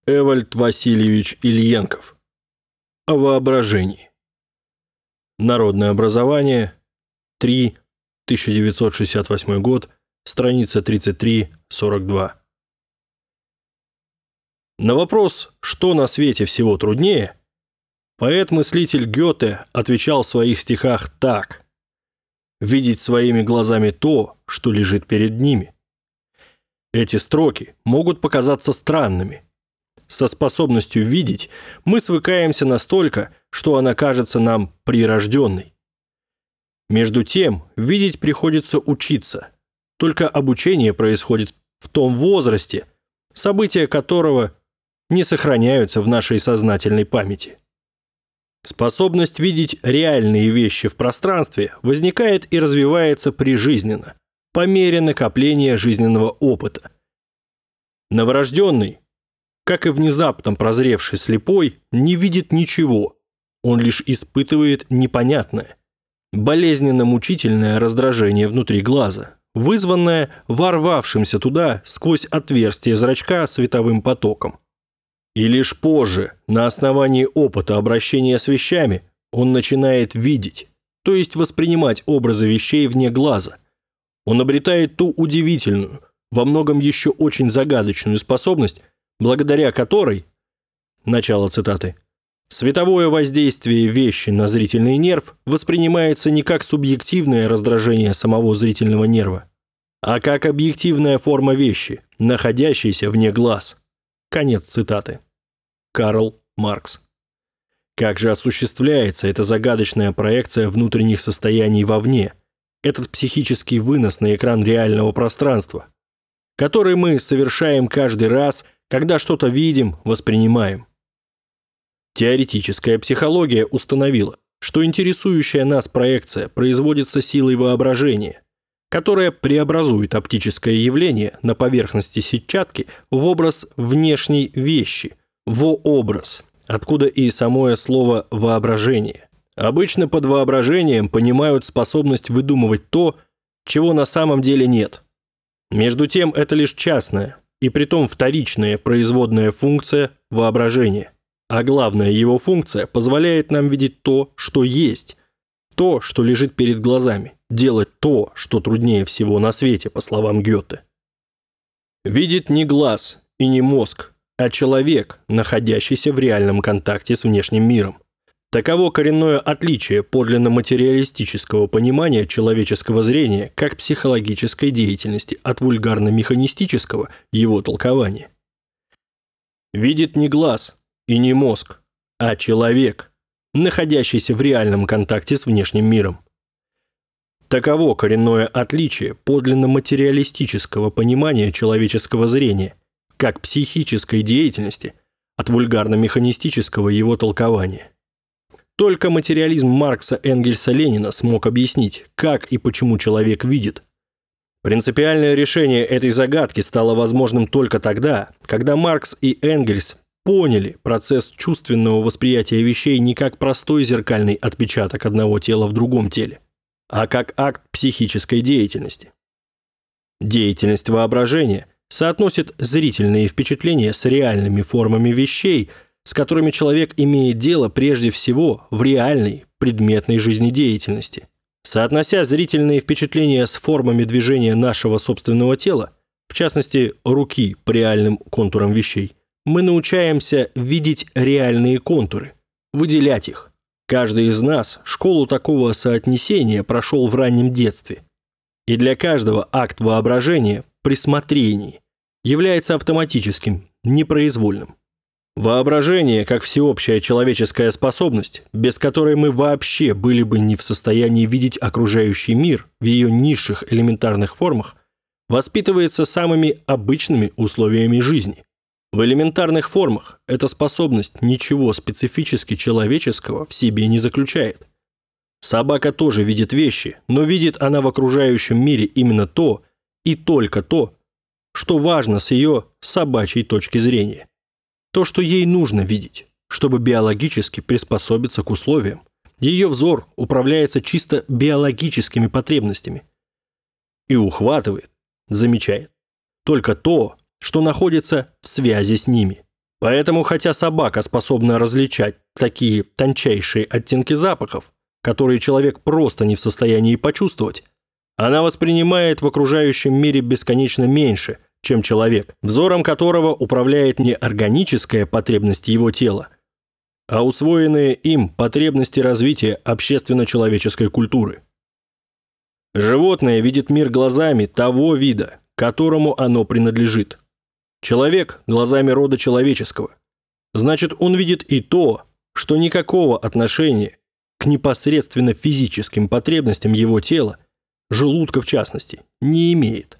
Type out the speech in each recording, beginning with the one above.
Эвальд Васильевич Ильенков. О воображении. Народное образование. 3. 1968 год. Страница 33-42. На вопрос, что на свете всего труднее, поэт-мыслитель Гёте отвечал в своих стихах так: «Видеть своими глазами то, что лежит перед ними». Эти строки могут показаться странными. Со способностью видеть мы свыкаемся настолько, что она кажется нам прирожденной. Между тем, видеть приходится учиться. Только обучение происходит в том возрасте, события которого не сохраняются в нашей сознательной памяти. Способность видеть реальные вещи в пространстве возникает и развивается прижизненно, по мере накопления жизненного опыта. Новорожденный, как и внезапно прозревший слепой, не видит ничего, он лишь испытывает непонятное, болезненно-мучительное раздражение внутри глаза, вызванное ворвавшимся туда сквозь отверстие зрачка световым потоком. И лишь позже, на основании опыта обращения с вещами, он начинает видеть, то есть воспринимать образы вещей вне глаза. Он обретает ту удивительную, во многом еще очень загадочную способность, благодаря которой, начало цитаты, «световое воздействие вещи на зрительный нерв воспринимается не как субъективное раздражение самого зрительного нерва, а как объективная форма вещи, находящейся вне глаз». Конец цитаты. Карл Маркс. Как же осуществляется эта загадочная проекция внутренних состояний вовне, этот психический вынос на экран реального пространства, который мы совершаем каждый раз, когда что-то видим, воспринимаем? Теоретическая психология установила, что интересующая нас проекция производится силой воображения, которая преобразует оптическое явление на поверхности сетчатки в образ внешней вещи, вообраз, откуда и самое слово «воображение». Обычно под воображением понимают способность выдумывать то, чего на самом деле нет. Между тем, это лишь частная, и притом вторичная производная функция воображения. А главная его функция позволяет нам видеть то, что есть, то, что лежит перед глазами, делать то, что труднее всего на свете, по словам Гёте. Видит не глаз и не мозг, а человек, находящийся в реальном контакте с внешним миром. Таково коренное отличие подлинно материалистического понимания человеческого зрения как психологической деятельности от вульгарно-механистического его толкования. Видит не глаз и не мозг, а человек, находящийся в реальном контакте с внешним миром. Таково коренное отличие подлинно материалистического понимания человеческого зрения как психической деятельности от вульгарно-механистического его толкования. Только материализм Маркса, Энгельса, Ленина смог объяснить, как и почему человек видит. Принципиальное решение этой загадки стало возможным только тогда, когда Маркс и Энгельс поняли процесс чувственного восприятия вещей не как простой зеркальный отпечаток одного тела в другом теле, а как акт психической деятельности. Деятельность воображения соотносит зрительные впечатления с реальными формами вещей, с которыми человек имеет дело прежде всего в реальной, предметной жизнедеятельности. Соотнося зрительные впечатления с формами движения нашего собственного тела, в частности, руки по реальным контурам вещей, мы научаемся видеть реальные контуры, выделять их. Каждый из нас школу такого соотнесения прошел в раннем детстве. И для каждого акт воображения при смотрении является автоматическим, непроизвольным. Воображение, как всеобщая человеческая способность, без которой мы вообще были бы не в состоянии видеть окружающий мир в ее низших элементарных формах, воспитывается самыми обычными условиями жизни. В элементарных формах эта способность ничего специфически человеческого в себе не заключает. Собака тоже видит вещи, но видит она в окружающем мире именно то и только то, что важно с ее собачьей точки зрения. То, что ей нужно видеть, чтобы биологически приспособиться к условиям. Ее взор управляется чисто биологическими потребностями и ухватывает, замечает только то, что находится в связи с ними. Поэтому, хотя собака способна различать такие тончайшие оттенки запахов, которые человек просто не в состоянии почувствовать, она воспринимает в окружающем мире бесконечно меньше, чем человек, взором которого управляет не органическая потребность его тела, а усвоенные им потребности развития общественно-человеческой культуры. Животное видит мир глазами того вида, которому оно принадлежит. Человек – глазами рода человеческого. Значит, он видит и то, что никакого отношения к непосредственно физическим потребностям его тела, желудка в частности, не имеет.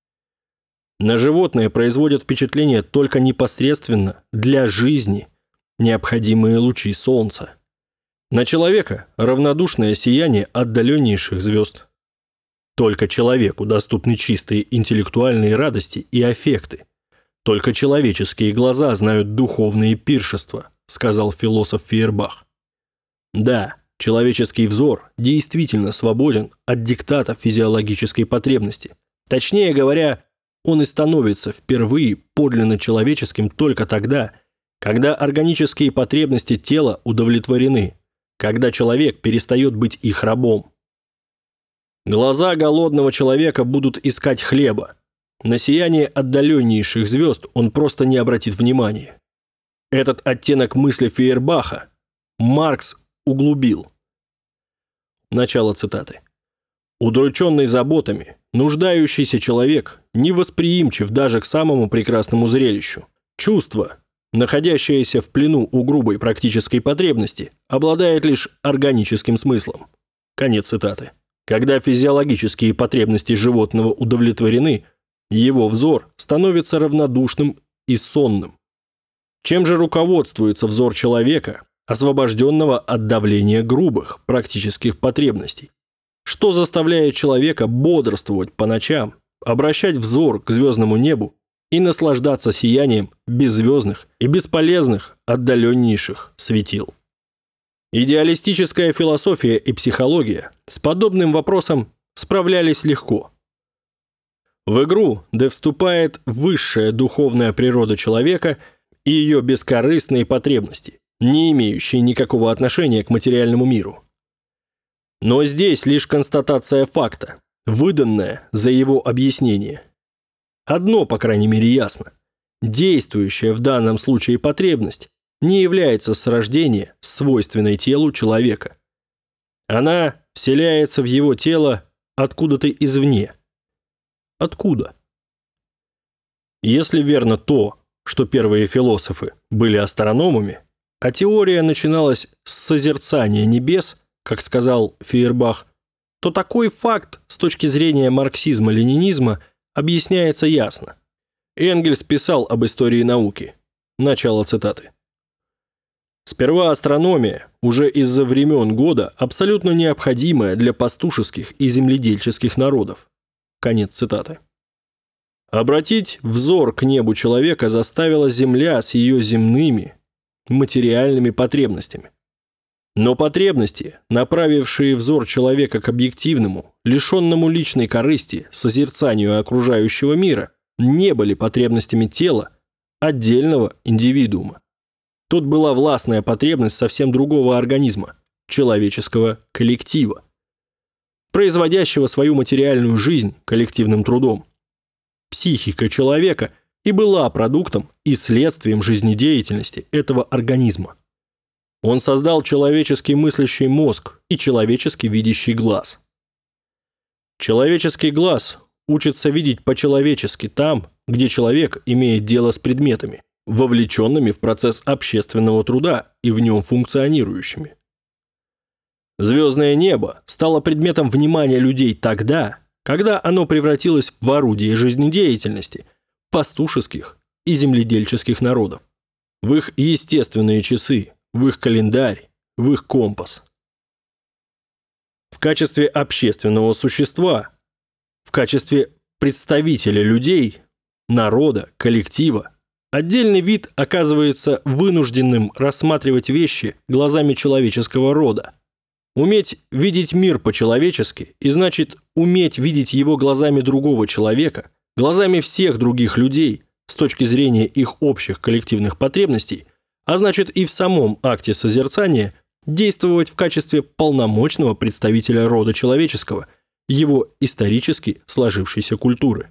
На животное производят впечатление только непосредственно для жизни необходимые лучи солнца. На человека равнодушное сияние отдаленнейших звезд. Только человеку доступны чистые интеллектуальные радости и аффекты. Только человеческие глаза знают духовные пиршества, сказал философ Фейербах. Да, человеческий взор действительно свободен от диктата физиологической потребности. Точнее говоря, он и становится впервые подлинно человеческим только тогда, когда органические потребности тела удовлетворены, когда человек перестает быть их рабом. Глаза голодного человека будут искать хлеба. На сияние отдаленнейших звезд он просто не обратит внимания. Этот оттенок мысли Фейербаха Маркс углубил. Начало цитаты. Удрученный заботами, нуждающийся человек невосприимчив даже к самому прекрасному зрелищу. Чувство, находящееся в плену у грубой практической потребности, обладает лишь органическим смыслом. Конец цитаты. Когда физиологические потребности животного удовлетворены, его взор становится равнодушным и сонным. Чем же руководствуется взор человека, освобожденного от давления грубых практических потребностей? Что заставляет человека бодрствовать по ночам, обращать взор к звездному небу и наслаждаться сиянием беззвездных и бесполезных отдаленнейших светил? Идеалистическая философия и психология с подобным вопросом справлялись легко. В игру вступает высшая духовная природа человека и ее бескорыстные потребности, не имеющие никакого отношения к материальному миру. Но здесь лишь констатация факта, выданная за его объяснение. Одно, по крайней мере, ясно. Действующая в данном случае потребность не является с рождения свойственной телу человека. Она вселяется в его тело откуда-то извне. Откуда? Если верно то, что первые философы были астрономами, а теория начиналась с созерцания небес, как сказал Фейербах, то такой факт с точки зрения марксизма-ленинизма объясняется ясно. Энгельс писал об истории науки. Начало цитаты. Сперва астрономия, уже из-за времен года, абсолютно необходимая для пастушеских и земледельческих народов. Конец цитаты. Обратить взор к небу человека заставила Земля с ее земными, материальными потребностями. Но потребности, направившие взор человека к объективному, лишенному личной корысти, созерцанию окружающего мира, не были потребностями тела отдельного индивидуума. Тут была властная потребность совсем другого организма, человеческого коллектива, производящего свою материальную жизнь коллективным трудом. Психика человека и была продуктом и следствием жизнедеятельности этого организма. Он создал человеческий мыслящий мозг и человеческий видящий глаз. Человеческий глаз учится видеть по-человечески там, где человек имеет дело с предметами, вовлеченными в процесс общественного труда и в нем функционирующими. Звездное небо стало предметом внимания людей тогда, когда оно превратилось в орудие жизнедеятельности пастушеских и земледельческих народов, в их естественные часы, в их календарь, в их компас. В качестве общественного существа, в качестве представителя людей, народа, коллектива, отдельный вид оказывается вынужденным рассматривать вещи глазами человеческого рода. Уметь видеть мир по-человечески и значит уметь видеть его глазами другого человека, глазами всех других людей, с точки зрения их общих коллективных потребностей, а значит и в самом акте созерцания, действовать в качестве полномочного представителя рода человеческого, его исторически сложившейся культуры.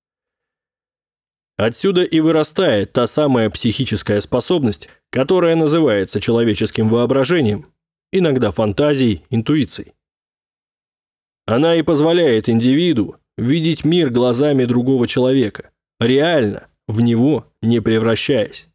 Отсюда и вырастает та самая психическая способность, которая называется человеческим воображением, иногда фантазией, интуицией. Она и позволяет индивиду видеть мир глазами другого человека, реально, в него не превращаясь.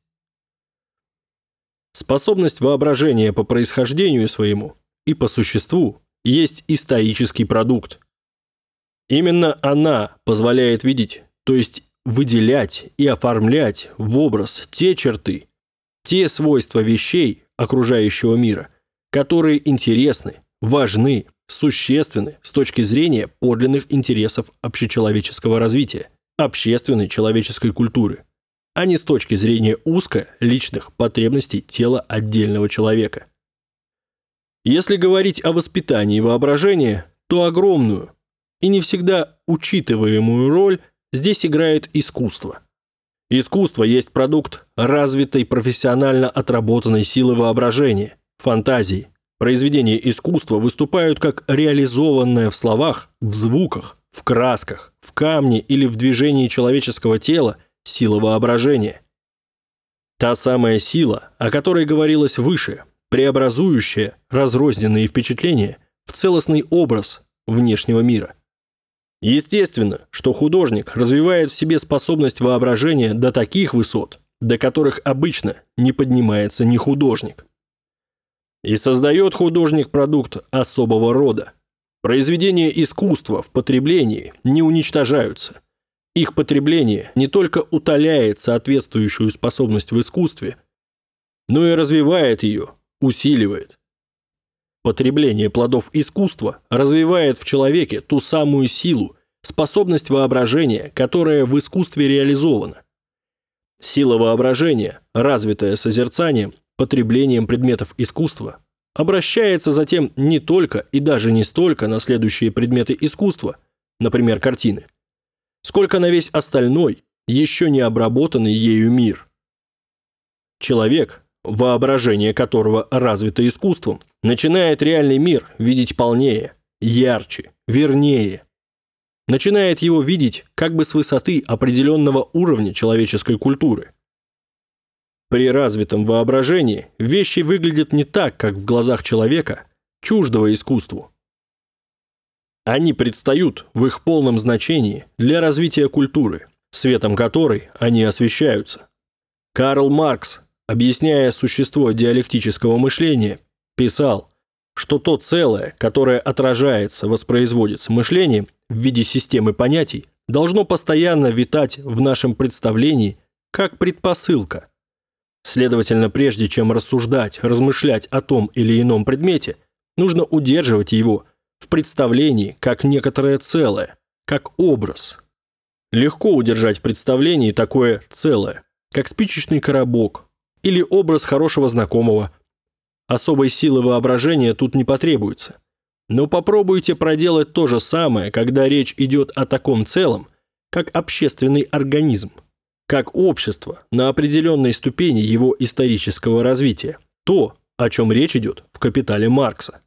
Способность воображения по происхождению своему и по существу есть исторический продукт. Именно она позволяет видеть, то есть выделять и оформлять в образ те черты, те свойства вещей окружающего мира, которые интересны, важны, существенны с точки зрения подлинных интересов общечеловеческого развития, общественной человеческой культуры, а не с точки зрения узко личных потребностей тела отдельного человека. Если говорить о воспитании воображения, то огромную и не всегда учитываемую роль здесь играет искусство. Искусство есть продукт развитой профессионально отработанной силы воображения, фантазии. Произведения искусства выступают как реализованное в словах, в звуках, в красках, в камне или в движении человеческого тела сила воображения. Та самая сила, о которой говорилось выше, преобразующая разрозненные впечатления в целостный образ внешнего мира. Естественно, что художник развивает в себе способность воображения до таких высот, до которых обычно не поднимается ни художник. И создает художник продукт особого рода. Произведения искусства в потреблении не уничтожаются. Их потребление не только утоляет соответствующую способность в искусстве, но и развивает ее, усиливает. Потребление плодов искусства развивает в человеке ту самую силу, способность воображения, которая в искусстве реализована. Сила воображения, развитая созерцанием, потреблением предметов искусства, обращается затем не только и даже не столько на следующие предметы искусства, например, картины, сколько на весь остальной, еще не обработанный ею мир. Человек, воображение которого развито искусством, начинает реальный мир видеть полнее, ярче, вернее. Начинает его видеть как бы с высоты определенного уровня человеческой культуры. При развитом воображении вещи выглядят не так, как в глазах человека, чуждого искусству. Они предстают в их полном значении для развития культуры, светом которой они освещаются. Карл Маркс, объясняя существо диалектического мышления, писал, что то целое, которое отражается, воспроизводится мышлением в виде системы понятий, должно постоянно витать в нашем представлении как предпосылка. Следовательно, прежде чем рассуждать, размышлять о том или ином предмете, нужно удерживать его в представлении как некоторое целое, как образ. Легко удержать в представлении такое целое, как спичечный коробок или образ хорошего знакомого. Особой силы воображения тут не потребуется. Но попробуйте проделать то же самое, когда речь идет о таком целом, как общественный организм, как общество на определенной ступени его исторического развития, то, о чем речь идет в «Капитале» Маркса.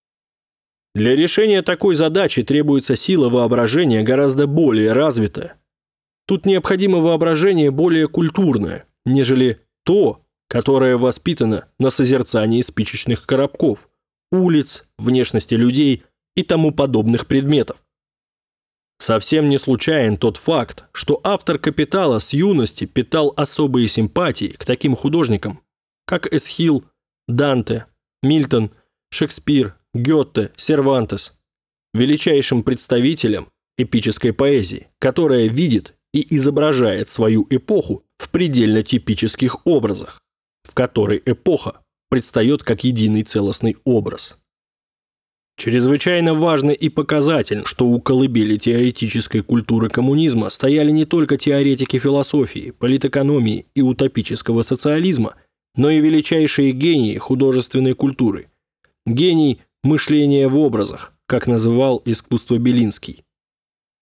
Для решения такой задачи требуется сила воображения гораздо более развитая. Тут необходимо воображение более культурное, нежели то, которое воспитано на созерцании спичечных коробков, улиц, внешности людей и тому подобных предметов. Совсем не случайен тот факт, что автор «Капитала» с юности питал особые симпатии к таким художникам, как Эсхил, Данте, Мильтон, Шекспир, Гёте, Сервантес, величайшим представителям эпической поэзии, которая видит и изображает свою эпоху в предельно типических образах, в которой эпоха предстает как единый целостный образ. Чрезвычайно важно и показательно, что у колыбели теоретической культуры коммунизма стояли не только теоретики философии, политэкономии и утопического социализма, но и величайшие гении художественной культуры. Гений мышления в образах, как называл искусство Белинский.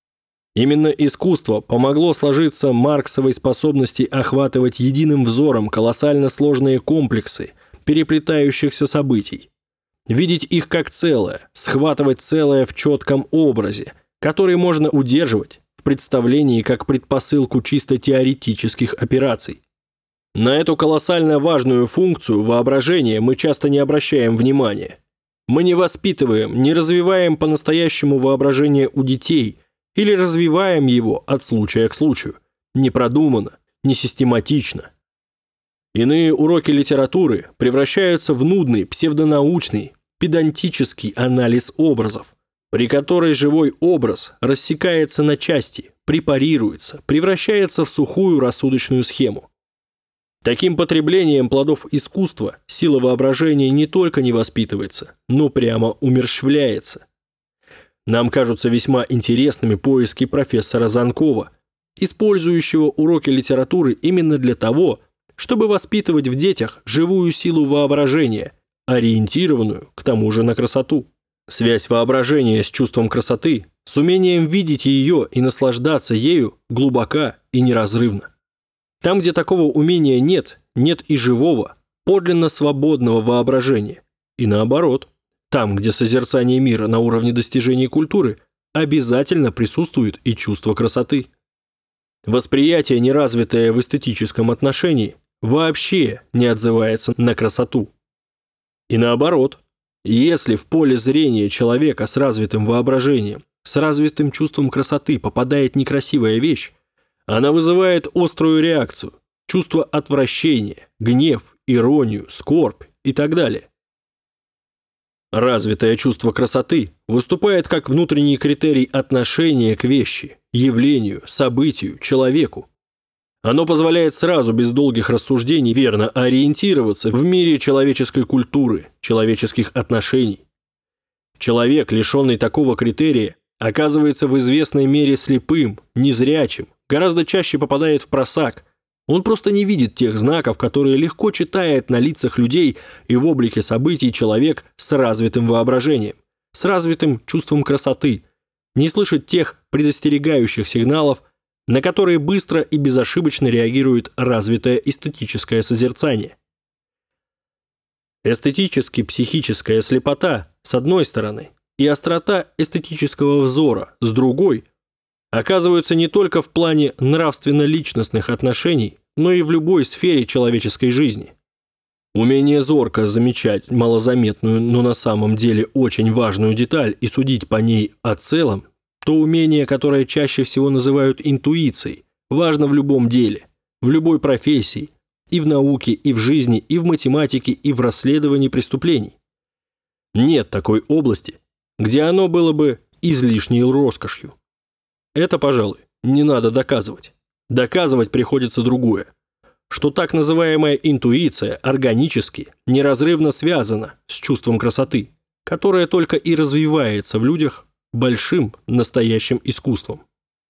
Именно искусство помогло сложиться Марксовой способности охватывать единым взором колоссально сложные комплексы переплетающихся событий, видеть их как целое, схватывать целое в четком образе, который можно удерживать в представлении как предпосылку чисто теоретических операций. На эту колоссально важную функцию воображения мы часто не обращаем внимания. Мы не воспитываем, не развиваем по-настоящему воображение у детей или развиваем его от случая к случаю, непродуманно, несистематично. Иные уроки литературы превращаются в нудный, псевдонаучный, педантический анализ образов, при которой живой образ рассекается на части, препарируется, превращается в сухую рассудочную схему. Таким потреблением плодов искусства сила воображения не только не воспитывается, но прямо умерщвляется. Нам кажутся весьма интересными поиски профессора Занкова, использующего уроки литературы именно для того, чтобы воспитывать в детях живую силу воображения, ориентированную, к тому же, на красоту. Связь воображения с чувством красоты, с умением видеть ее и наслаждаться ею глубока и неразрывна. Там, где такого умения нет, нет и живого, подлинно свободного воображения. И наоборот, там, где созерцание мира на уровне достижений культуры, обязательно присутствует и чувство красоты. Восприятие, неразвитое в эстетическом отношении, вообще не отзывается на красоту. И наоборот, если в поле зрения человека с развитым воображением, с развитым чувством красоты попадает некрасивая вещь, она вызывает острую реакцию, чувство отвращения, гнев, иронию, скорбь и так далее. Развитое чувство красоты выступает как внутренний критерий отношения к вещи, явлению, событию, человеку. Оно позволяет сразу, без долгих рассуждений, верно ориентироваться в мире человеческой культуры, человеческих отношений. Человек, лишенный такого критерия, оказывается в известной мере слепым, незрячим, гораздо чаще попадает в просак. Он просто не видит тех знаков, которые легко читает на лицах людей и в облике событий человек с развитым воображением, с развитым чувством красоты, не слышит тех предостерегающих сигналов, на которые быстро и безошибочно реагирует развитое эстетическое созерцание. Эстетически-психическая слепота, с одной стороны, и острота эстетического взора, с другой, оказываются не только в плане нравственно-личностных отношений, но и в любой сфере человеческой жизни. Умение зорко замечать малозаметную, но на самом деле очень важную деталь и судить по ней о целом, то умение, которое чаще всего называют интуицией, важно в любом деле, в любой профессии, и в науке, и в жизни, и в математике, и в расследовании преступлений. Нет такой области, где оно было бы излишней роскошью. Это, пожалуй, не надо доказывать. Доказывать приходится другое, что так называемая интуиция органически, неразрывно связана с чувством красоты, которое только и развивается в людях большим настоящим искусством.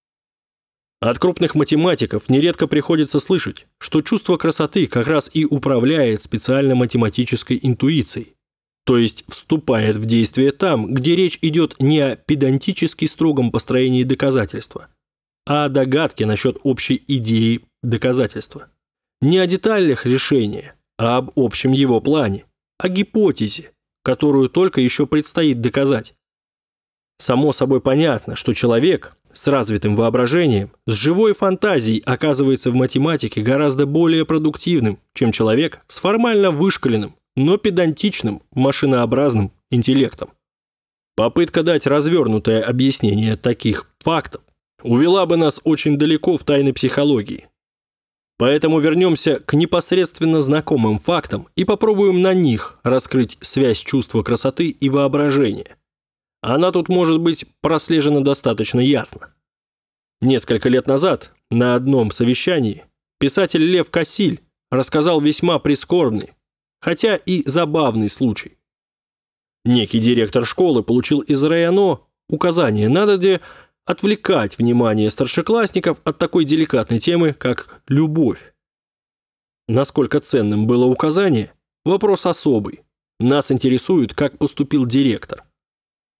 От крупных математиков нередко приходится слышать, что чувство красоты как раз и управляет специально математической интуицией, то есть вступает в действие там, где речь идет не о педантически строгом построении доказательства, а о догадке насчет общей идеи доказательства. Не о деталях решения, а об общем его плане, о гипотезе, которую только еще предстоит доказать. Само собой понятно, что человек с развитым воображением, с живой фантазией оказывается в математике гораздо более продуктивным, чем человек с формально вышкаленным, но педантичным, машинообразным интеллектом. Попытка дать развернутое объяснение таких фактов увела бы нас очень далеко в тайны психологии. Поэтому вернемся к непосредственно знакомым фактам и попробуем на них раскрыть связь чувства красоты и воображения. Она тут может быть прослежена достаточно ясно. Несколько лет назад на одном совещании писатель Лев Кассиль рассказал весьма прискорбный, хотя и забавный случай. Некий директор школы получил из районо указание, надо где отвлекать внимание старшеклассников от такой деликатной темы, как любовь. Насколько ценным было указание – вопрос особый. Нас интересует, как поступил директор.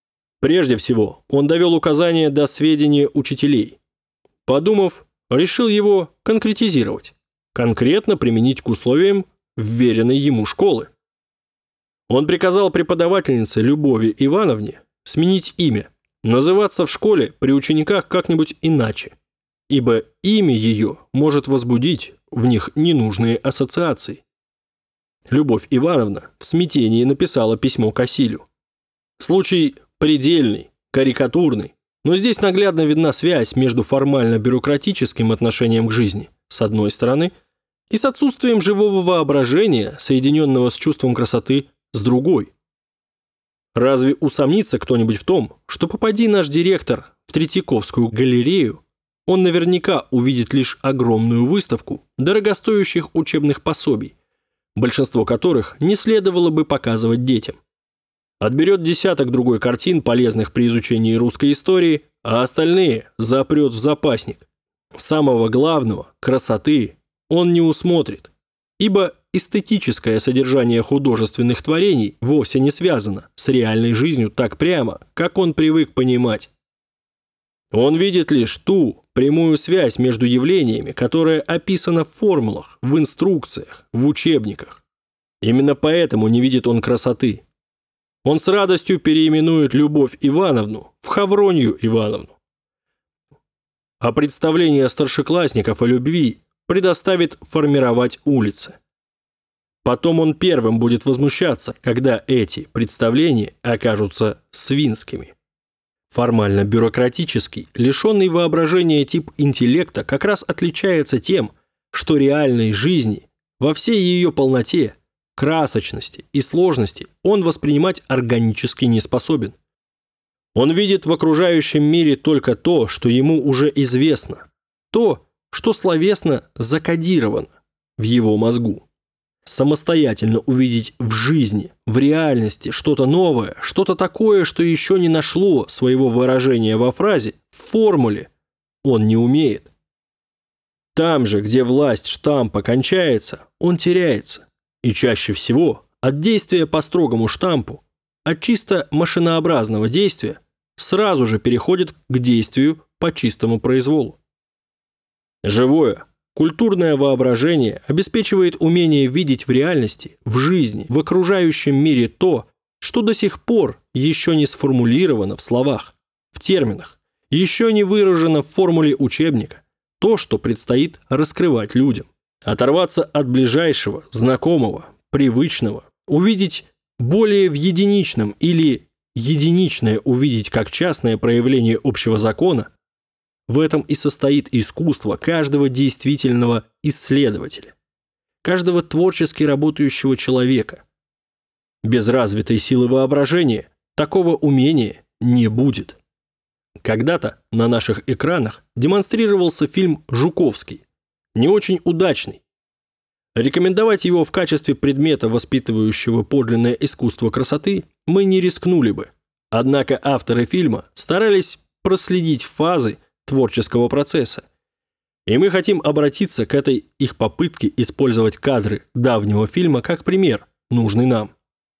Прежде всего, он довел указание до сведения учителей. Подумав, решил его конкретизировать, конкретно применить к условиям вверенной ему школы. Он приказал преподавательнице Любови Ивановне сменить имя, называться в школе при учениках как-нибудь иначе, ибо имя ее может возбудить в них ненужные ассоциации. Любовь Ивановна в смятении написала письмо Кассилю. Случай предельный, карикатурный, но здесь наглядно видна связь между формально-бюрократическим отношением к жизни, с одной стороны, и с отсутствием живого воображения, соединенного с чувством красоты, с другой. Разве усомнится кто-нибудь в том, что попади наш директор в Третьяковскую галерею, он наверняка увидит лишь огромную выставку дорогостоящих учебных пособий, большинство которых не следовало бы показывать детям. Отберет десяток другой картин, полезных при изучении русской истории, а остальные запрет в запасник. Самого главного, красоты, он не усмотрит, ибо эстетическое содержание художественных творений вовсе не связано с реальной жизнью так прямо, как он привык понимать. Он видит лишь ту прямую связь между явлениями, которая описана в формулах, в инструкциях, в учебниках. Именно поэтому не видит он красоты. Он с радостью переименует Любовь Ивановну в Хавронью Ивановну. А представление старшеклассников о любви предоставит формировать улицы. Потом он первым будет возмущаться, когда эти представления окажутся свинскими. Формально-бюрократический, лишенный воображения тип интеллекта как раз отличается тем, что реальной жизни во всей ее полноте, красочности и сложности он воспринимать органически не способен. Он видит в окружающем мире только то, что ему уже известно, то, что словесно закодировано в его мозгу. Самостоятельно увидеть в жизни, в реальности что-то новое, что-то такое, что еще не нашло своего выражения во фразе, в формуле, он не умеет. Там же, где власть штампа кончается, он теряется. И чаще всего от действия по строгому штампу, от чисто машинообразного действия, сразу же переходит к действию по чистому произволу. Живое, культурное воображение обеспечивает умение видеть в реальности, в жизни, в окружающем мире то, что до сих пор еще не сформулировано в словах, в терминах, еще не выражено в формуле учебника, то, что предстоит раскрывать людям. Оторваться от ближайшего, знакомого, привычного, увидеть более в единичном или единичное увидеть как частное проявление общего закона, в этом и состоит искусство каждого действительного исследователя, каждого творчески работающего человека. Без развитой силы воображения такого умения не будет. Когда-то на наших экранах демонстрировался фильм «Жуковский», не очень удачный. Рекомендовать его в качестве предмета, воспитывающего подлинное искусство красоты, мы не рискнули бы. Однако авторы фильма старались проследить фазы творческого процесса. И мы хотим обратиться к этой их попытке использовать кадры давнего фильма как пример, нужный нам.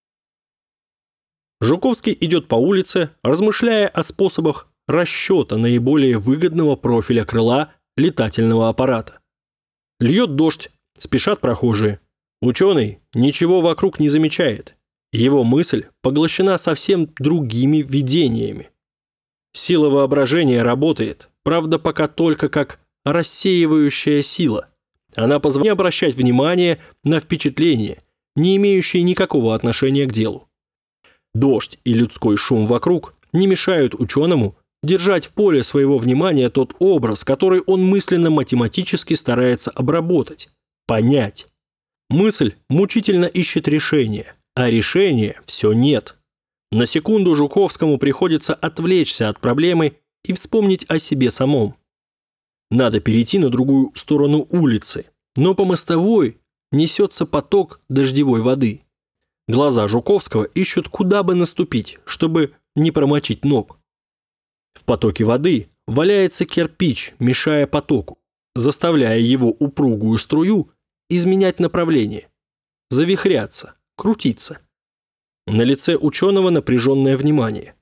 Жуковский идет по улице, размышляя о способах расчета наиболее выгодного профиля крыла летательного аппарата. Льет дождь, спешат прохожие. Ученый ничего вокруг не замечает. Его мысль поглощена совсем другими видениями. Сила воображения работает, правда, пока только как рассеивающая сила. Она позволяет не обращать внимания на впечатления, не имеющие никакого отношения к делу. Дождь и людской шум вокруг не мешают ученому держать в поле своего внимания тот образ, который он мысленно-математически старается обработать, понять. Мысль мучительно ищет решение, а решения все нет. На секунду Жуковскому приходится отвлечься от проблемы и вспомнить о себе самом. Надо перейти на другую сторону улицы, но по мостовой несется поток дождевой воды. Глаза Жуковского ищут, куда бы наступить, чтобы не промочить ног. В потоке воды валяется кирпич, мешая потоку, заставляя его упругую струю изменять направление, завихряться, крутиться. На лице ученого напряженное внимание.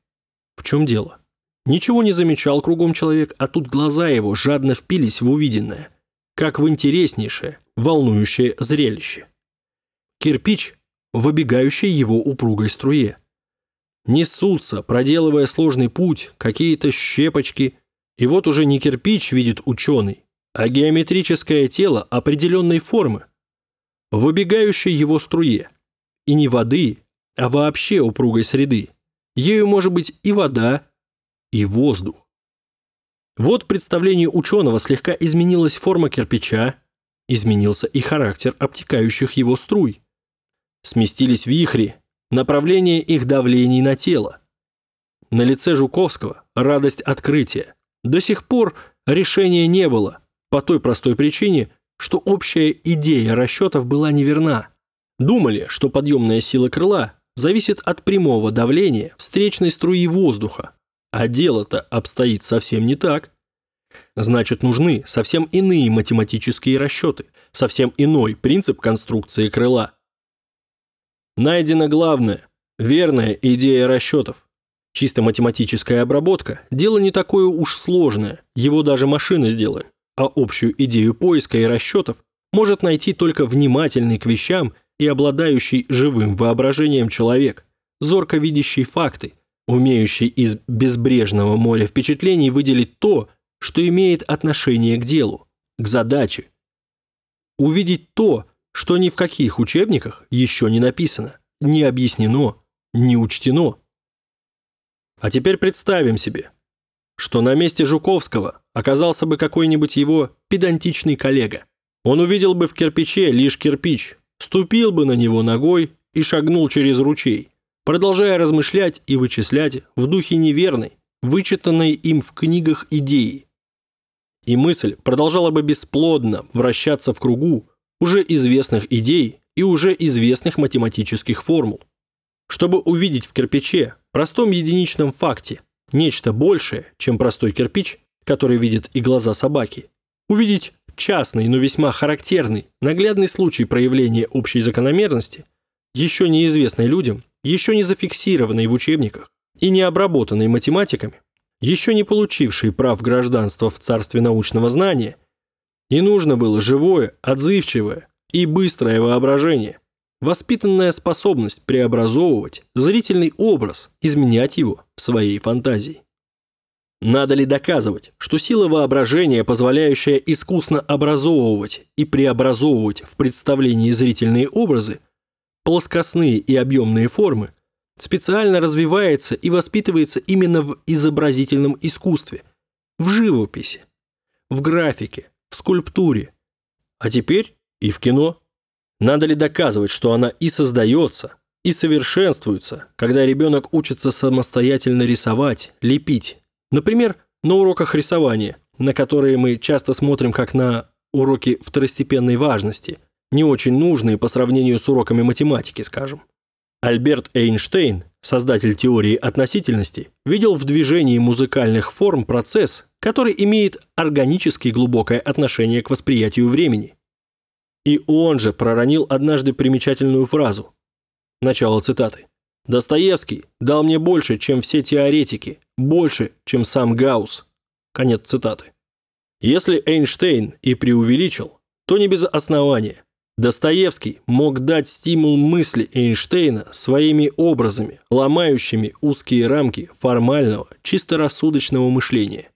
В чем дело? Ничего не замечал кругом человек, а тут глаза его жадно впились в увиденное, как в интереснейшее, волнующее зрелище. Кирпич в обегающей его упругой струе. Несутся, проделывая сложный путь, какие-то щепочки, и вот уже не кирпич видит ученый, а геометрическое тело определенной формы в обегающей его струе. И не воды, а вообще упругой среды. Ею может быть и вода, и воздух. Вот в представлении ученого слегка изменилась форма кирпича, изменился и характер обтекающих его струй. Сместились вихри, направление их давлений на тело. На лице Жуковского радость открытия. До сих пор решения не было, по той простой причине, что общая идея расчетов была неверна. Думали, что подъемная сила крыла зависит от прямого давления встречной струи воздуха, а дело-то обстоит совсем не так. Значит, нужны совсем иные математические расчеты, совсем иной принцип конструкции крыла. Найдена главная, верная идея расчетов. Чисто математическая обработка – дело не такое уж сложное, его даже машина сделает, а общую идею поиска и расчетов может найти только внимательный к вещам и обладающий живым воображением человек, зорко видящий факты, умеющий из безбрежного моря впечатлений выделить то, что имеет отношение к делу, к задаче. Увидеть то, что ни в каких учебниках еще не написано, не объяснено, не учтено. А теперь представим себе, что на месте Жуковского оказался бы какой-нибудь его педантичный коллега. Он увидел бы в кирпиче лишь кирпич, ступил бы на него ногой и шагнул через ручей, продолжая размышлять и вычислять в духе неверной, вычитанной им в книгах идеи. И мысль продолжала бы бесплодно вращаться в кругу уже известных идей и уже известных математических формул. Чтобы увидеть в кирпиче, простом единичном факте, нечто большее, чем простой кирпич, который видят и глаза собаки, увидеть частный, но весьма характерный, наглядный случай проявления общей закономерности, еще неизвестной людям, еще не зафиксированной в учебниках и не обработанной математиками, еще не получившей прав гражданства в царстве научного знания, и нужно было живое, отзывчивое и быстрое воображение, воспитанная способность преобразовывать зрительный образ, изменять его в своей фантазии. Надо ли доказывать, что сила воображения, позволяющая искусно образовывать и преобразовывать в представлении зрительные образы, плоскостные и объемные формы, специально развивается и воспитывается именно в изобразительном искусстве, в живописи, в графике, в скульптуре, а теперь и в кино? Надо ли доказывать, что она и создается, и совершенствуется, когда ребенок учится самостоятельно рисовать, лепить? Например, на уроках рисования, на которые мы часто смотрим как на уроки второстепенной важности, не очень нужные по сравнению с уроками математики, скажем. Альберт Эйнштейн, создатель теории относительности, видел в движении музыкальных форм процесс, который имеет органически глубокое отношение к восприятию времени. И он же проронил однажды примечательную фразу. Начало цитаты. «Достоевский дал мне больше, чем все теоретики, больше, чем сам Гаусс». Конец цитаты. Если Эйнштейн и преувеличил, то не без основания. Достоевский мог дать стимул мысли Эйнштейна своими образами, ломающими узкие рамки формального, чисто рассудочного мышления.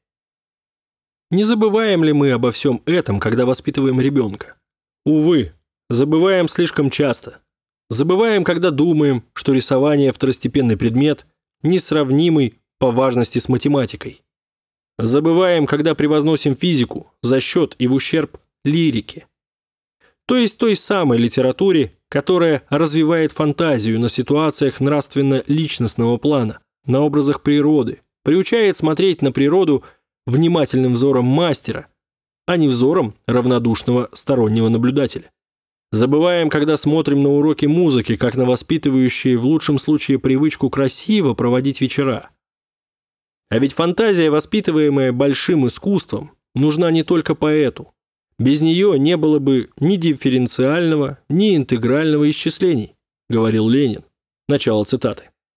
Не забываем ли мы обо всем этом, когда воспитываем ребенка? Увы, забываем слишком часто. Забываем, когда думаем, что рисование – второстепенный предмет, несравнимый по важности с математикой. Забываем, когда превозносим физику за счет и в ущерб лирике. То есть той самой литературе, которая развивает фантазию на ситуациях нравственно-личностного плана, на образах природы, приучает смотреть на природу внимательным взором мастера, а не взором равнодушного стороннего наблюдателя. Забываем, когда смотрим на уроки музыки, как на воспитывающие в лучшем случае привычку красиво проводить вечера. А ведь фантазия, воспитываемая большим искусством, нужна не только поэту. Без нее не было бы ни дифференциального, ни интегрального исчислений, говорил Ленин. Начало цитаты.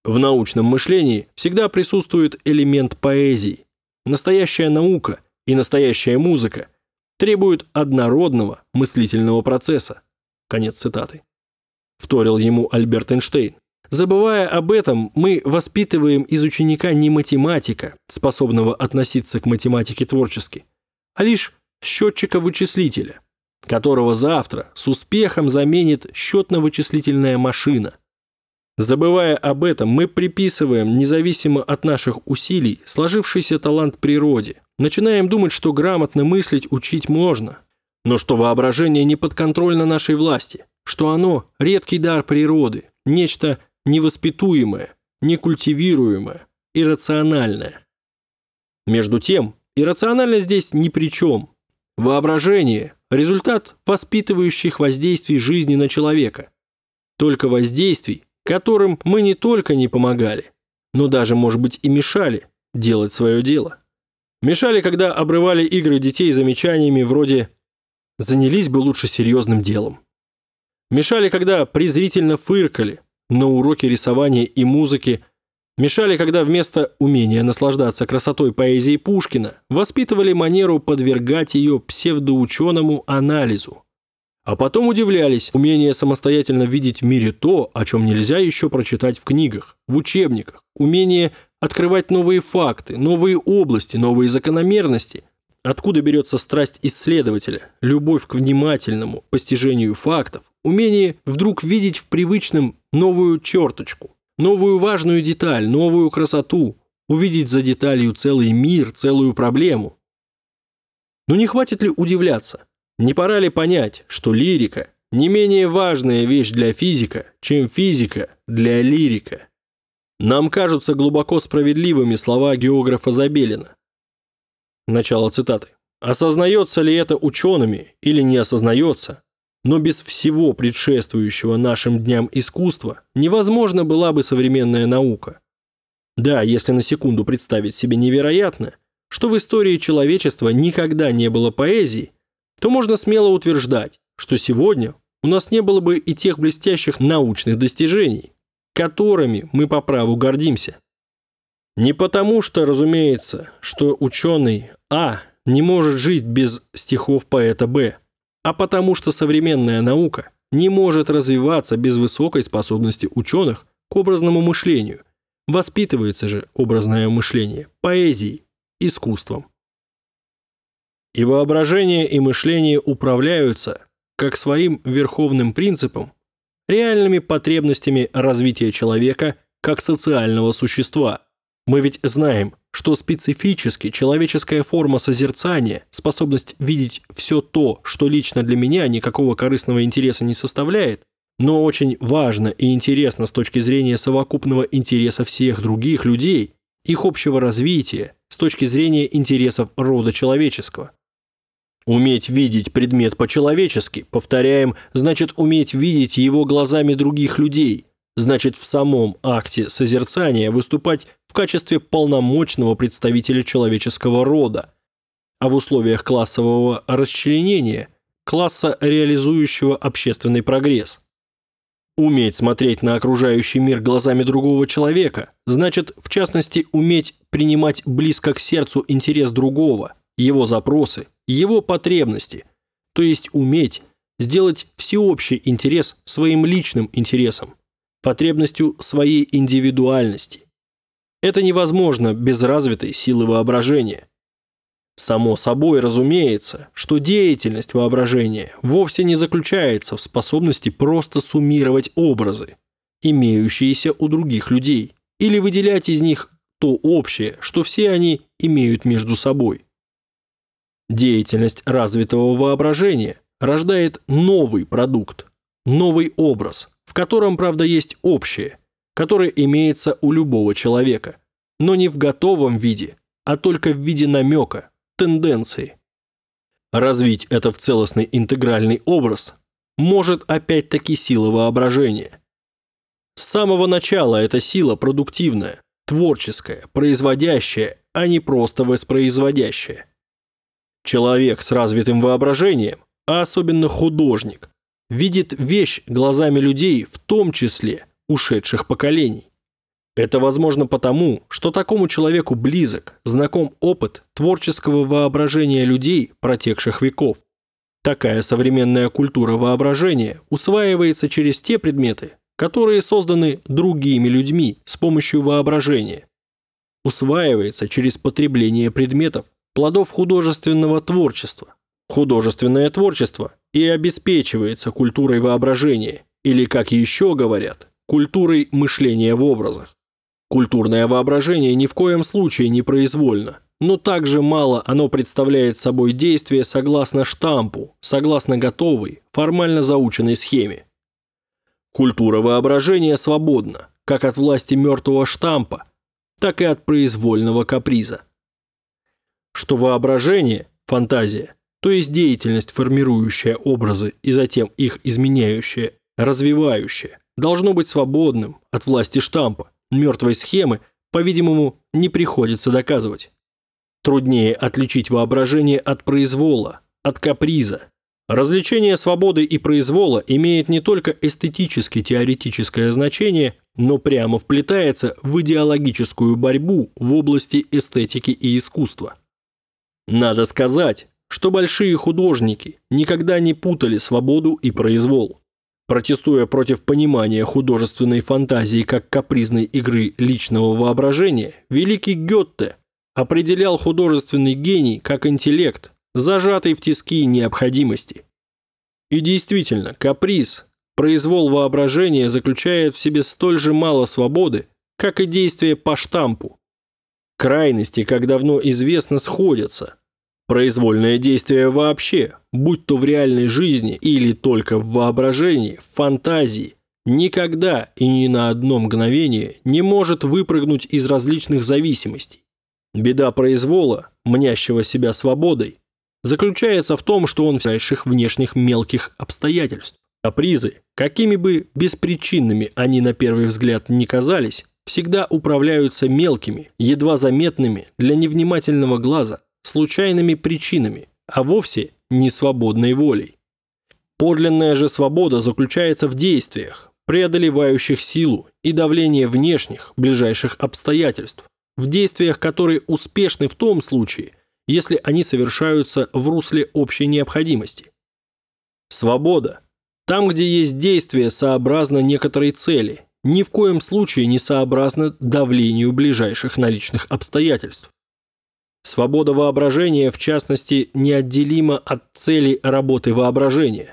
В научном мышлении всегда присутствует элемент поэзии. Настоящая наука и настоящая музыка требуют однородного мыслительного процесса. Конец цитаты. Вторил ему Альберт Эйнштейн. Забывая об этом, мы воспитываем из ученика не математика, способного относиться к математике творчески, а лишь счетчика-вычислителя, которого завтра с успехом заменит счетно-вычислительная машина. Забывая об этом, мы приписываем, независимо от наших усилий, сложившийся талант природе, начинаем думать, что грамотно мыслить учить можно, но что воображение не подконтрольно нашей власти, что оно – редкий дар природы, нечто невоспитуемое, некультивируемое, иррациональное. Между тем, иррациональность здесь ни при чем. Воображение – результат воспитывающих воздействий жизни на человека. Только воздействий, которым мы не только не помогали, но даже, может быть, и мешали делать свое дело. Мешали, когда обрывали игры детей замечаниями вроде «занялись бы лучше серьезным делом». Мешали, когда презрительно фыркали на уроке рисования и музыки. Мешали, когда вместо умения наслаждаться красотой поэзии Пушкина воспитывали манеру подвергать ее псевдоученому анализу. А потом удивлялись умение самостоятельно видеть в мире то, о чем нельзя еще прочитать в книгах, в учебниках, умение открывать новые факты, новые области, новые закономерности. Откуда берется страсть исследователя, любовь к внимательному постижению фактов, умение вдруг видеть в привычном новую черточку, новую важную деталь, новую красоту, увидеть за деталью целый мир, целую проблему. Но не хватит ли удивляться? Не пора ли понять, что лирика – не менее важная вещь для физика, чем физика для лирика? Нам кажутся глубоко справедливыми слова географа Забелина. Начало цитаты. Осознается ли это учеными или не осознается, но без всего предшествующего нашим дням искусства невозможна была бы современная наука. Да, если на секунду представить себе невероятно, что в истории человечества никогда не было поэзии, то можно смело утверждать, что сегодня у нас не было бы и тех блестящих научных достижений, которыми мы по праву гордимся. Не потому что, разумеется, что ученый А не может жить без стихов поэта Б, а потому что современная наука не может развиваться без высокой способности ученых к образному мышлению. Воспитывается же образное мышление поэзией, искусством. И воображение и мышление управляются, как своим верховным принципом, реальными потребностями развития человека как социального существа. Мы ведь знаем, что специфически человеческая форма созерцания, способность видеть все то, что лично для меня никакого корыстного интереса не составляет, но очень важно и интересно с точки зрения совокупного интереса всех других людей, их общего развития, с точки зрения интересов рода человеческого. Уметь видеть предмет по-человечески, повторяем, значит уметь видеть его глазами других людей, значит в самом акте созерцания выступать в качестве полномочного представителя человеческого рода, а в условиях классового расчленения – класса, реализующего общественный прогресс. Уметь смотреть на окружающий мир глазами другого человека значит, в частности, уметь принимать близко к сердцу интерес другого, его запросы, его потребности, то есть уметь сделать всеобщий интерес своим личным интересом, потребностью своей индивидуальности. Это невозможно без развитой силы воображения. Само собой разумеется, что деятельность воображения вовсе не заключается в способности просто суммировать образы, имеющиеся у других людей, или выделять из них то общее, что все они имеют между собой. Деятельность развитого воображения рождает новый продукт, новый образ, в котором, правда, есть общее, которое имеется у любого человека, но не в готовом виде, а только в виде намека, тенденции. Развить это в целостный интегральный образ может опять-таки сила воображения. С самого начала эта сила продуктивная, творческая, производящая, а не просто воспроизводящая. Человек с развитым воображением, а особенно художник, видит вещь глазами людей, в том числе ушедших поколений. Это возможно потому, что такому человеку близок, знаком опыт творческого воображения людей протекших веков. Такая современная культура воображения усваивается через те предметы, которые созданы другими людьми с помощью воображения. Усваивается через потребление предметов, плодов художественного творчества. Художественное творчество и обеспечивается культурой воображения, или, как еще говорят, культурой мышления в образах. Культурное воображение ни в коем случае не произвольно, но также мало оно представляет собой действие согласно штампу, согласно готовой, формально заученной схеме. Культура воображения свободна, как от власти мертвого штампа, так и от произвольного каприза. Что воображение, фантазия, то есть деятельность, формирующая образы и затем их изменяющая, развивающая, должно быть свободным от власти штампа, мертвой схемы, по-видимому, не приходится доказывать. Труднее отличить воображение от произвола, от каприза. Развлечение свободы и произвола имеет не только эстетически-теоретическое значение, но прямо вплетается в идеологическую борьбу в области эстетики и искусства. Надо сказать, что большие художники никогда не путали свободу и произвол. Протестуя против понимания художественной фантазии как капризной игры личного воображения, великий Гёте определял художественный гений как интеллект, зажатый в тиски необходимости. И действительно, каприз, произвол воображения заключает в себе столь же мало свободы, как и действие по штампу. Крайности, как давно известно, сходятся. Произвольное действие вообще, будь то в реальной жизни или только в воображении, в фантазии, никогда и ни на одно мгновение не может выпрыгнуть из различных зависимостей. Беда произвола, мнящего себя свободой, заключается в том, что он в ближайших внешних мелких обстоятельств. Капризы, какими бы беспричинными они на первый взгляд ни казались, всегда управляются мелкими, едва заметными для невнимательного глаза, случайными причинами, а вовсе не свободной волей. Подлинная же свобода заключается в действиях, преодолевающих силу и давление внешних, ближайших обстоятельств, в действиях, которые успешны в том случае, если они совершаются в русле общей необходимости. Свобода, там, где есть действие сообразно некоторой цели, ни в коем случае не сообразно давлению ближайших наличных обстоятельств. Свобода воображения, в частности, неотделима от цели работы воображения.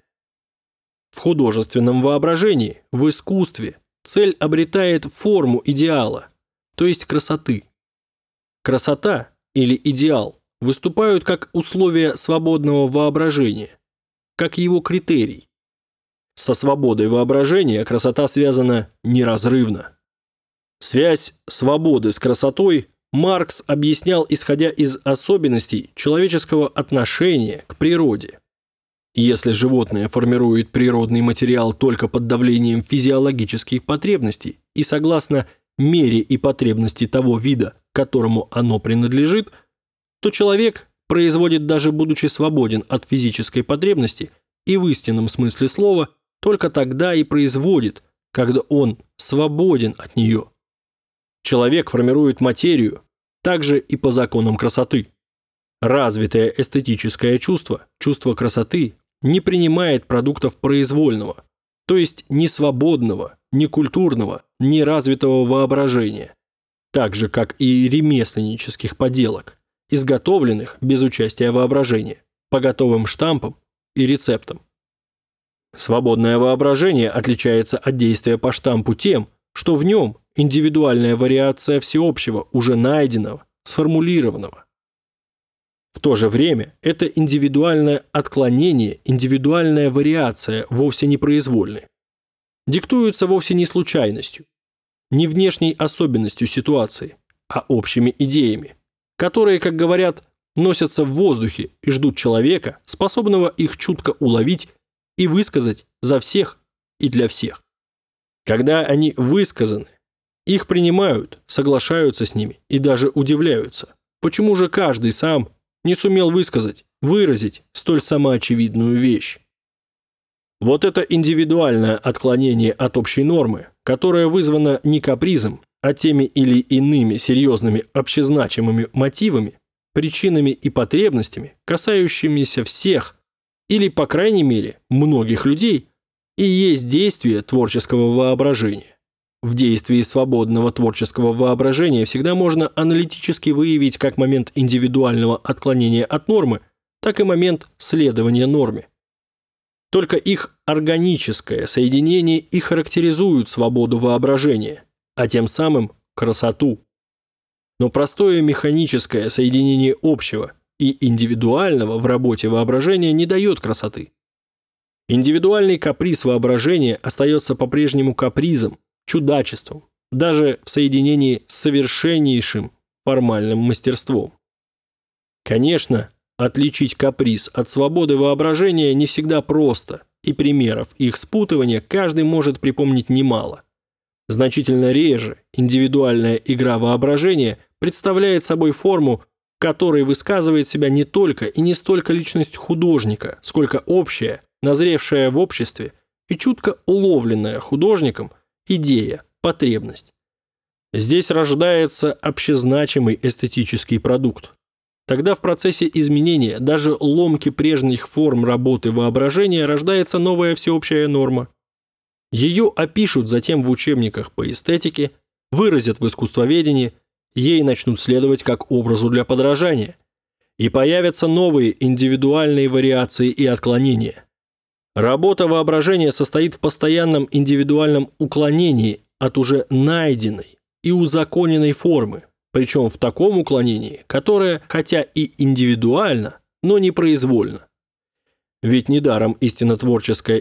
В художественном воображении, в искусстве, цель обретает форму идеала, то есть красоты. Красота или идеал выступают как условие свободного воображения, как его критерий. Со свободой воображения красота связана неразрывно. Связь свободы с красотой Маркс объяснял, исходя из особенностей человеческого отношения к природе. Если животное формирует природный материал только под давлением физиологических потребностей и согласно мере и потребности того вида, которому оно принадлежит, то человек производит, даже будучи свободен от физической потребности и в истинном смысле слова, только тогда и производит, когда он свободен от нее. Человек формирует материю также и по законам красоты. Развитое эстетическое чувство, чувство красоты, не принимает продуктов произвольного, то есть ни свободного, ни культурного, ни развитого воображения, так же, как и ремесленнических поделок, изготовленных без участия воображения, по готовым штампам и рецептам. Свободное воображение отличается от действия по штампу тем, что в нем индивидуальная вариация всеобщего, уже найденного, сформулированного. В то же время это индивидуальное отклонение, индивидуальная вариация вовсе не произвольны. Диктуются вовсе не случайностью, не внешней особенностью ситуации, а общими идеями, которые, как говорят, носятся в воздухе и ждут человека, способного их чутко уловить и высказать за всех и для всех. Когда они высказаны, их принимают, соглашаются с ними и даже удивляются, почему же каждый сам не сумел высказать, выразить столь самоочевидную вещь. Вот это индивидуальное отклонение от общей нормы, которое вызвано не капризом, а теми или иными серьезными общезначимыми мотивами, причинами и потребностями, касающимися всех или, по крайней мере, многих людей, и есть действие творческого воображения. В действии свободного творческого воображения всегда можно аналитически выявить как момент индивидуального отклонения от нормы, так и момент следования норме. Только их органическое соединение и характеризует свободу воображения, а тем самым красоту. Но простое механическое соединение общего и индивидуального в работе воображения не дает красоты. Индивидуальный каприз воображения остается по-прежнему капризом, чудачеством, даже в соединении с совершеннейшим формальным мастерством. Конечно, отличить каприз от свободы воображения не всегда просто, и примеров их спутывания каждый может припомнить немало. Значительно реже индивидуальная игра воображения представляет собой форму, в которой высказывает себя не только и не столько личность художника, сколько общая, назревшая в обществе и чутко уловленная художником идея, потребность. Здесь рождается общезначимый эстетический продукт. Тогда в процессе изменения даже ломки прежних форм работы воображения рождается новая всеобщая норма. Ее опишут затем в учебниках по эстетике, выразят в искусствоведении, ей начнут следовать как образу для подражания. И появятся новые индивидуальные вариации и отклонения. Работа воображения состоит в постоянном индивидуальном уклонении от уже найденной и узаконенной формы, причем в таком уклонении, которое, хотя и индивидуально, но не произвольно. Ведь недаром истинно творческая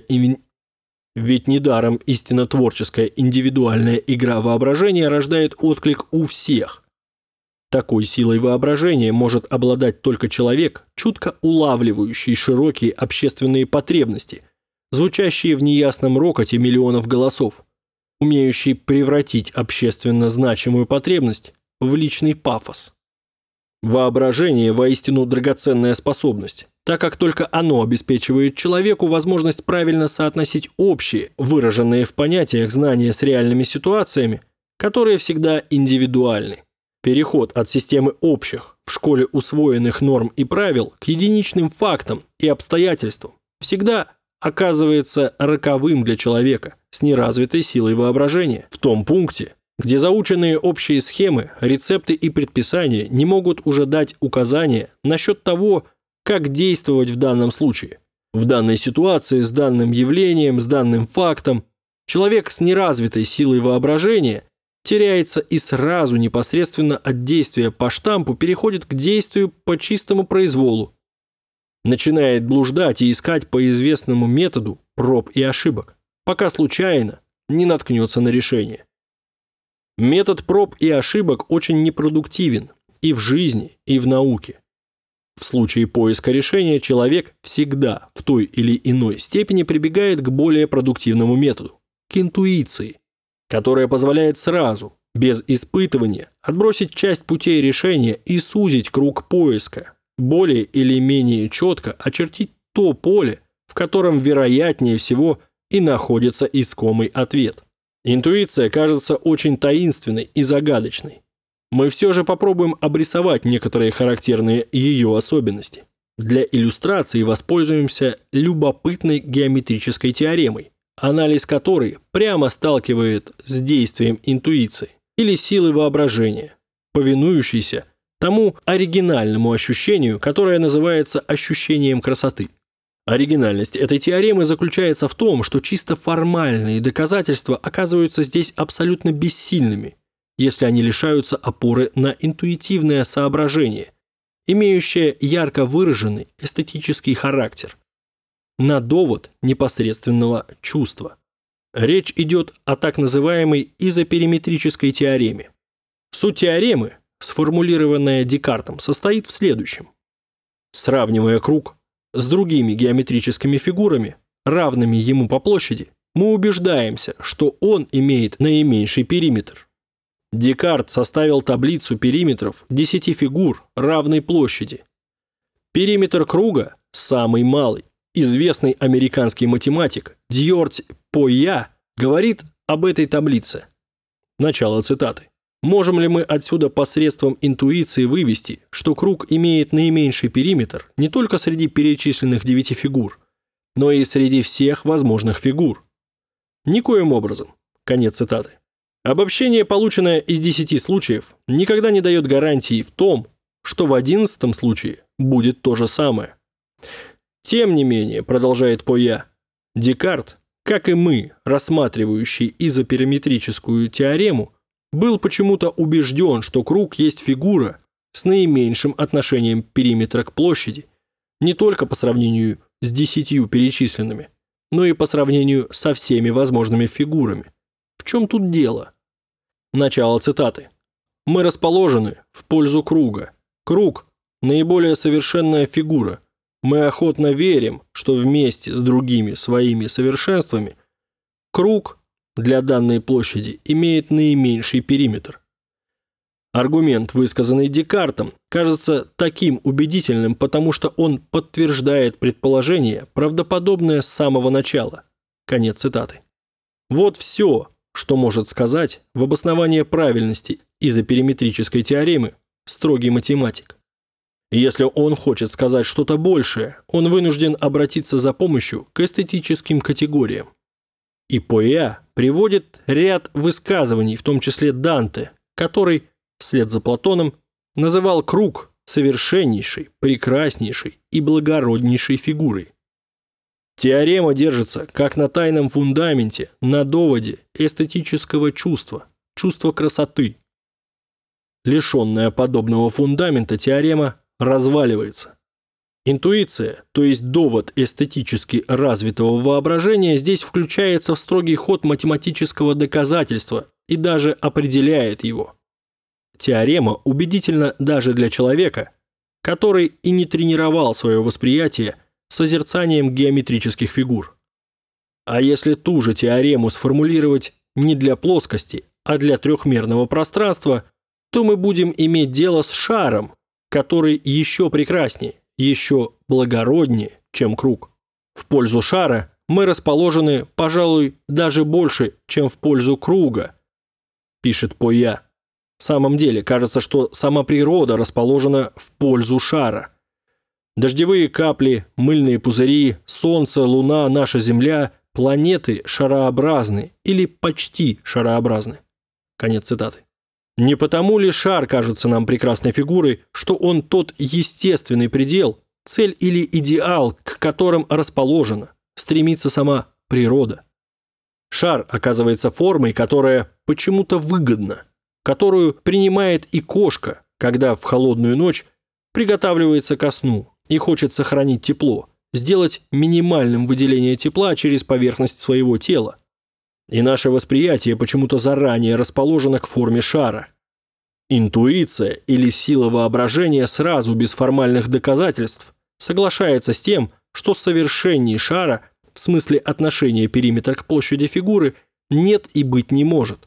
индивидуальная игра воображения рождает отклик у всех. Такой силой воображения может обладать только человек, чутко улавливающий широкие общественные потребности, звучащие в неясном рокоте миллионов голосов, умеющий превратить общественно значимую потребность в личный пафос. Воображение воистину драгоценная способность, так как только оно обеспечивает человеку возможность правильно соотносить общие, выраженные в понятиях знания с реальными ситуациями, которые всегда индивидуальны. Переход от системы общих, в школе усвоенных норм и правил к единичным фактам и обстоятельствам всегда оказывается роковым для человека с неразвитой силой воображения. В том пункте, где заученные общие схемы, рецепты и предписания не могут уже дать указания насчет того, как действовать в данном случае. В данной ситуации с данным явлением, с данным фактом, человек с неразвитой силой воображения теряется и сразу непосредственно от действия по штампу переходит к действию по чистому произволу. Начинает блуждать и искать по известному методу проб и ошибок, пока случайно не наткнется на решение. Метод проб и ошибок очень непродуктивен и в жизни, и в науке. В случае поиска решения человек всегда в той или иной степени прибегает к более продуктивному методу, к интуиции, которая позволяет сразу, без испытывания, отбросить часть путей решения и сузить круг поиска, более или менее четко очертить то поле, в котором вероятнее всего и находится искомый ответ. Интуиция кажется очень таинственной и загадочной. Мы все же попробуем обрисовать некоторые характерные ее особенности. Для иллюстрации воспользуемся любопытной геометрической теоремой, анализ которой прямо сталкивает с действием интуиции или силы воображения, повинующейся тому оригинальному ощущению, которое называется ощущением красоты. Оригинальность этой теоремы заключается в том, что чисто формальные доказательства оказываются здесь абсолютно бессильными, если они лишаются опоры на интуитивное соображение, имеющее ярко выраженный эстетический характер, на довод непосредственного чувства. Речь идет о так называемой изопериметрической теореме. Суть теоремы, сформулированная Декартом, состоит в следующем. Сравнивая круг с другими геометрическими фигурами, равными ему по площади, мы убеждаемся, что он имеет наименьший периметр. Декарт составил таблицу периметров 10 фигур равной площади. Периметр круга самый малый. Известный американский математик Дьорть Пойя говорит об этой таблице. Начало цитаты. Можем ли мы отсюда посредством интуиции вывести, что круг имеет наименьший периметр не только среди перечисленных 9 фигур, но и среди всех возможных фигур? Никоим образом. Конец цитаты. Обобщение, полученное из 10 случаев, никогда не дает гарантии в том, что в 11 случае будет то же самое. Тем не менее, продолжает Пойя, Декарт, как и мы, рассматривающие изопериметрическую теорему, был почему-то убежден, что круг есть фигура с наименьшим отношением периметра к площади, не только по сравнению с 10 перечисленными, но и по сравнению со всеми возможными фигурами. В чем тут дело? Начало цитаты. Мы расположены в пользу круга. Круг – наиболее совершенная фигура. Мы охотно верим, что вместе с другими своими совершенствами круг для данной площади имеет наименьший периметр. Аргумент, высказанный Декартом, кажется таким убедительным, потому что он подтверждает предположение, правдоподобное с самого начала. Конец цитаты. Вот все, что может сказать в обоснование правильности изопериметрической теоремы строгий математик. Если он хочет сказать что-то большее, он вынужден обратиться за помощью к эстетическим категориям. И Пойя приводит ряд высказываний, в том числе Данте, который, вслед за Платоном, называл круг совершеннейшей, прекраснейшей и благороднейшей фигурой. Теорема держится как на тайном фундаменте, на доводе эстетического чувства, чувства красоты. Лишенная подобного фундамента теорема разваливается. Интуиция, то есть довод эстетически развитого воображения, здесь включается в строгий ход математического доказательства и даже определяет его. Теорема убедительна даже для человека, который и не тренировал свое восприятие созерцанием геометрических фигур. А если ту же теорему сформулировать не для плоскости, а для трехмерного пространства, то мы будем иметь дело с шаром, который еще прекраснее, еще благороднее, чем круг. В пользу шара мы расположены, пожалуй, даже больше, чем в пользу круга, пишет Пойя. В самом деле, кажется, что сама природа расположена в пользу шара. Дождевые капли, мыльные пузыри, солнце, луна, наша Земля, планеты шарообразны или почти шарообразны. Конец цитаты. Не потому ли шар кажется нам прекрасной фигурой, что он тот естественный предел, цель или идеал, к которым расположена, стремится сама природа. Шар оказывается формой, которая почему-то выгодна, которую принимает и кошка, когда в холодную ночь приготавливается ко сну и хочет сохранить тепло, сделать минимальным выделение тепла через поверхность своего тела. И наше восприятие почему-то заранее расположено к форме шара. Интуиция или сила воображения сразу, без формальных доказательств, соглашается с тем, что совершенней шара, в смысле отношения периметра к площади фигуры, нет и быть не может.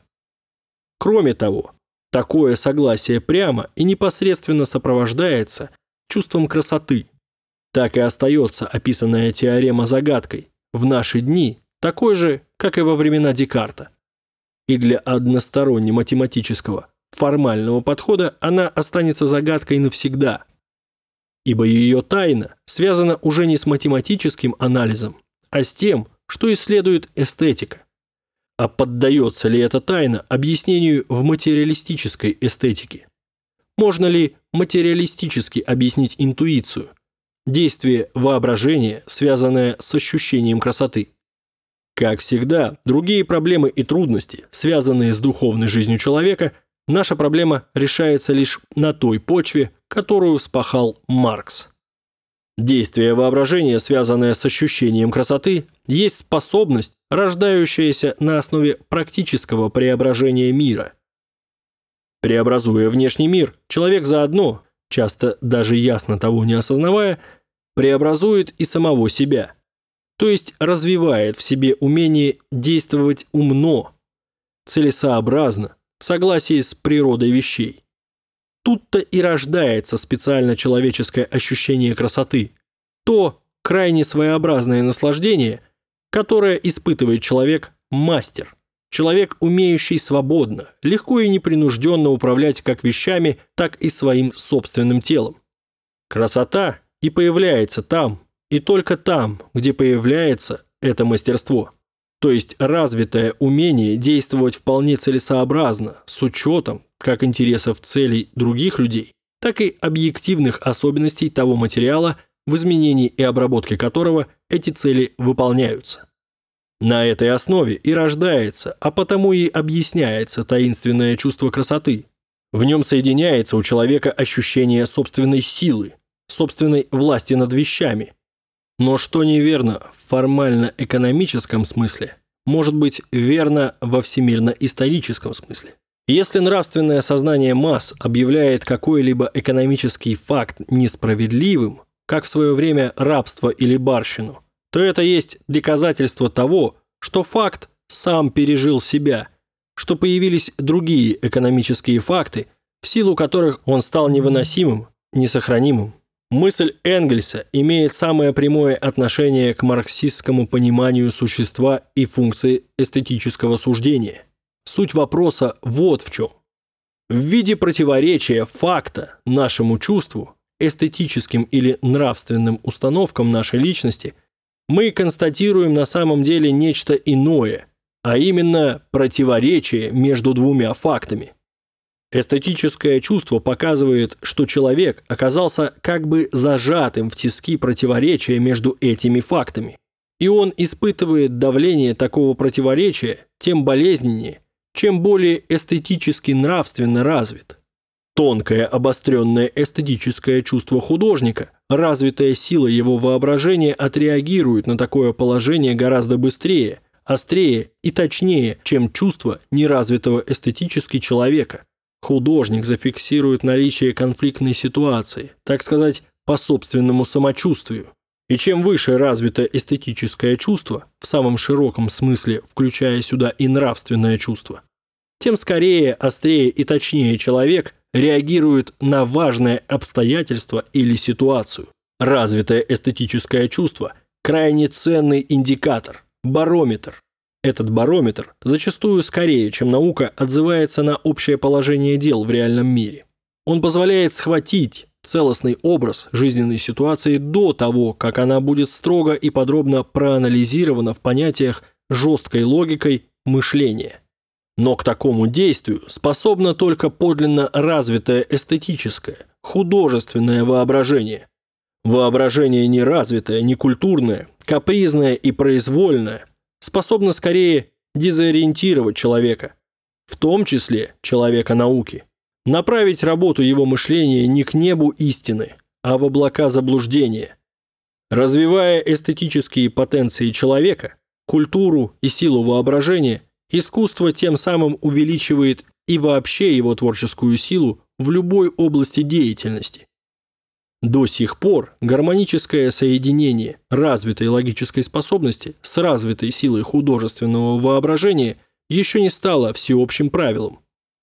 Кроме того, такое согласие прямо и непосредственно сопровождается чувством красоты. Так и остается описанная теорема загадкой в наши дни, такой же, как и во времена Декарта. И для односторонне-математического формального подхода она останется загадкой навсегда, ибо ее тайна связана уже не с математическим анализом, а с тем, что исследует эстетика. А поддается ли эта тайна объяснению в материалистической эстетике? Можно ли материалистически объяснить интуицию, действие воображения, связанное с ощущением красоты? Как всегда, другие проблемы и трудности, связанные с духовной жизнью человека, наша проблема решается лишь на той почве, которую вспахал Маркс. Действие воображения, связанное с ощущением красоты, есть способность, рождающаяся на основе практического преображения мира. Преобразуя внешний мир, человек заодно, часто даже ясно того не осознавая, преобразует и самого себя. То есть развивает в себе умение действовать умно, целесообразно, в согласии с природой вещей. Тут-то и рождается специально человеческое ощущение красоты, то крайне своеобразное наслаждение, которое испытывает человек-мастер, Человек, умеющий свободно, легко и непринужденно управлять как вещами, так и своим собственным телом. Красота и появляется там, и только там, где появляется это мастерство. То есть развитое умение действовать вполне целесообразно, с учетом как интересов целей других людей, так и объективных особенностей того материала, в изменении и обработке которого эти цели выполняются. На этой основе и рождается, а потому и объясняется таинственное чувство красоты. В нем соединяется у человека ощущение собственной силы, собственной власти над вещами. Но что неверно в формально-экономическом смысле, может быть верно во всемирно-историческом смысле. Если нравственное сознание масс объявляет какой-либо экономический факт несправедливым, как в свое время рабство или барщину, то это есть доказательство того, что факт сам пережил себя, что появились другие экономические факты, в силу которых он стал невыносимым, несохранимым. Мысль Энгельса имеет самое прямое отношение к марксистскому пониманию существа и функции эстетического суждения. Суть вопроса вот в чем. В виде противоречия факта нашему чувству, эстетическим или нравственным установкам нашей личности, мы констатируем на самом деле нечто иное, а именно противоречие между двумя фактами. Эстетическое чувство показывает, что человек оказался как бы зажатым в тиски противоречия между этими фактами. И он испытывает давление такого противоречия тем болезненнее, чем более эстетически нравственно развит. Тонкое обостренное эстетическое чувство художника, развитая сила его воображения отреагирует на такое положение гораздо быстрее, острее и точнее, чем чувство неразвитого эстетически человека. Художник зафиксирует наличие конфликтной ситуации, так сказать, по собственному самочувствию. И чем выше развито эстетическое чувство, в самом широком смысле включая сюда и нравственное чувство, тем скорее, острее и точнее человек реагирует на важное обстоятельство или ситуацию. Развитое эстетическое чувство – крайне ценный индикатор, барометр. Этот барометр зачастую скорее, чем наука, отзывается на общее положение дел в реальном мире. Он позволяет схватить целостный образ жизненной ситуации до того, как она будет строго и подробно проанализирована в понятиях жесткой логикой мышления. Но к такому действию способно только подлинно развитое эстетическое, художественное воображение. Воображение неразвитое, некультурное, капризное и произвольное способно скорее дезориентировать человека, в том числе человека науки, направить работу его мышления не к небу истины, а в облака заблуждения. Развивая эстетические потенции человека, культуру и силу воображения, искусство тем самым увеличивает и вообще его творческую силу в любой области деятельности. До сих пор гармоническое соединение развитой логической способности с развитой силой художественного воображения еще не стало всеобщим правилом.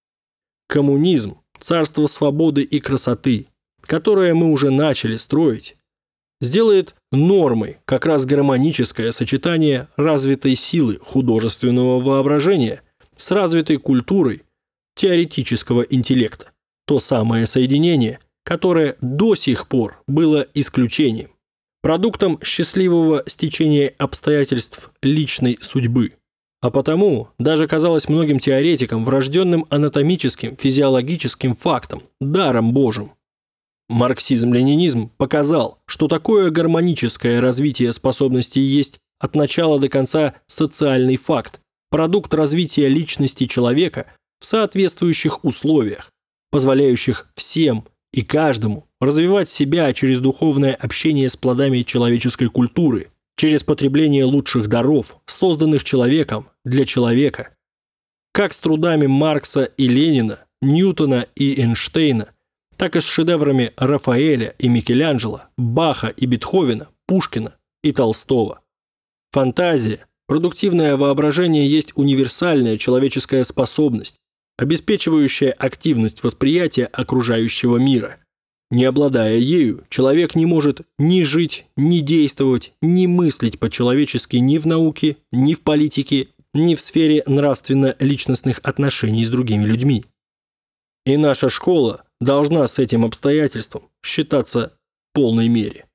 Коммунизм, царство свободы и красоты, которое мы уже начали строить, сделает нормой как раз гармоническое сочетание развитой силы художественного воображения с развитой культурой теоретического интеллекта. То самое соединение, которое до сих пор было исключением, продуктом счастливого стечения обстоятельств личной судьбы, а потому даже казалось многим теоретикам врожденным анатомическим, физиологическим фактом, даром Божьим. Марксизм-ленинизм показал, что такое гармоническое развитие способностей есть от начала до конца социальный факт, продукт развития личности человека в соответствующих условиях, позволяющих всем и каждому развивать себя через духовное общение с плодами человеческой культуры, через потребление лучших даров, созданных человеком для человека. Как с трудами Маркса и Ленина, Ньютона и Эйнштейна, так и с шедеврами Рафаэля и Микеланджело, Баха и Бетховена, Пушкина и Толстого. Фантазия, продуктивное воображение есть универсальная человеческая способность, обеспечивающая активность восприятия окружающего мира. Не обладая ею, человек не может ни жить, ни действовать, ни мыслить по-человечески ни в науке, ни в политике, ни в сфере нравственно-личностных отношений с другими людьми. И наша школа должна с этим обстоятельством считаться в полной мере.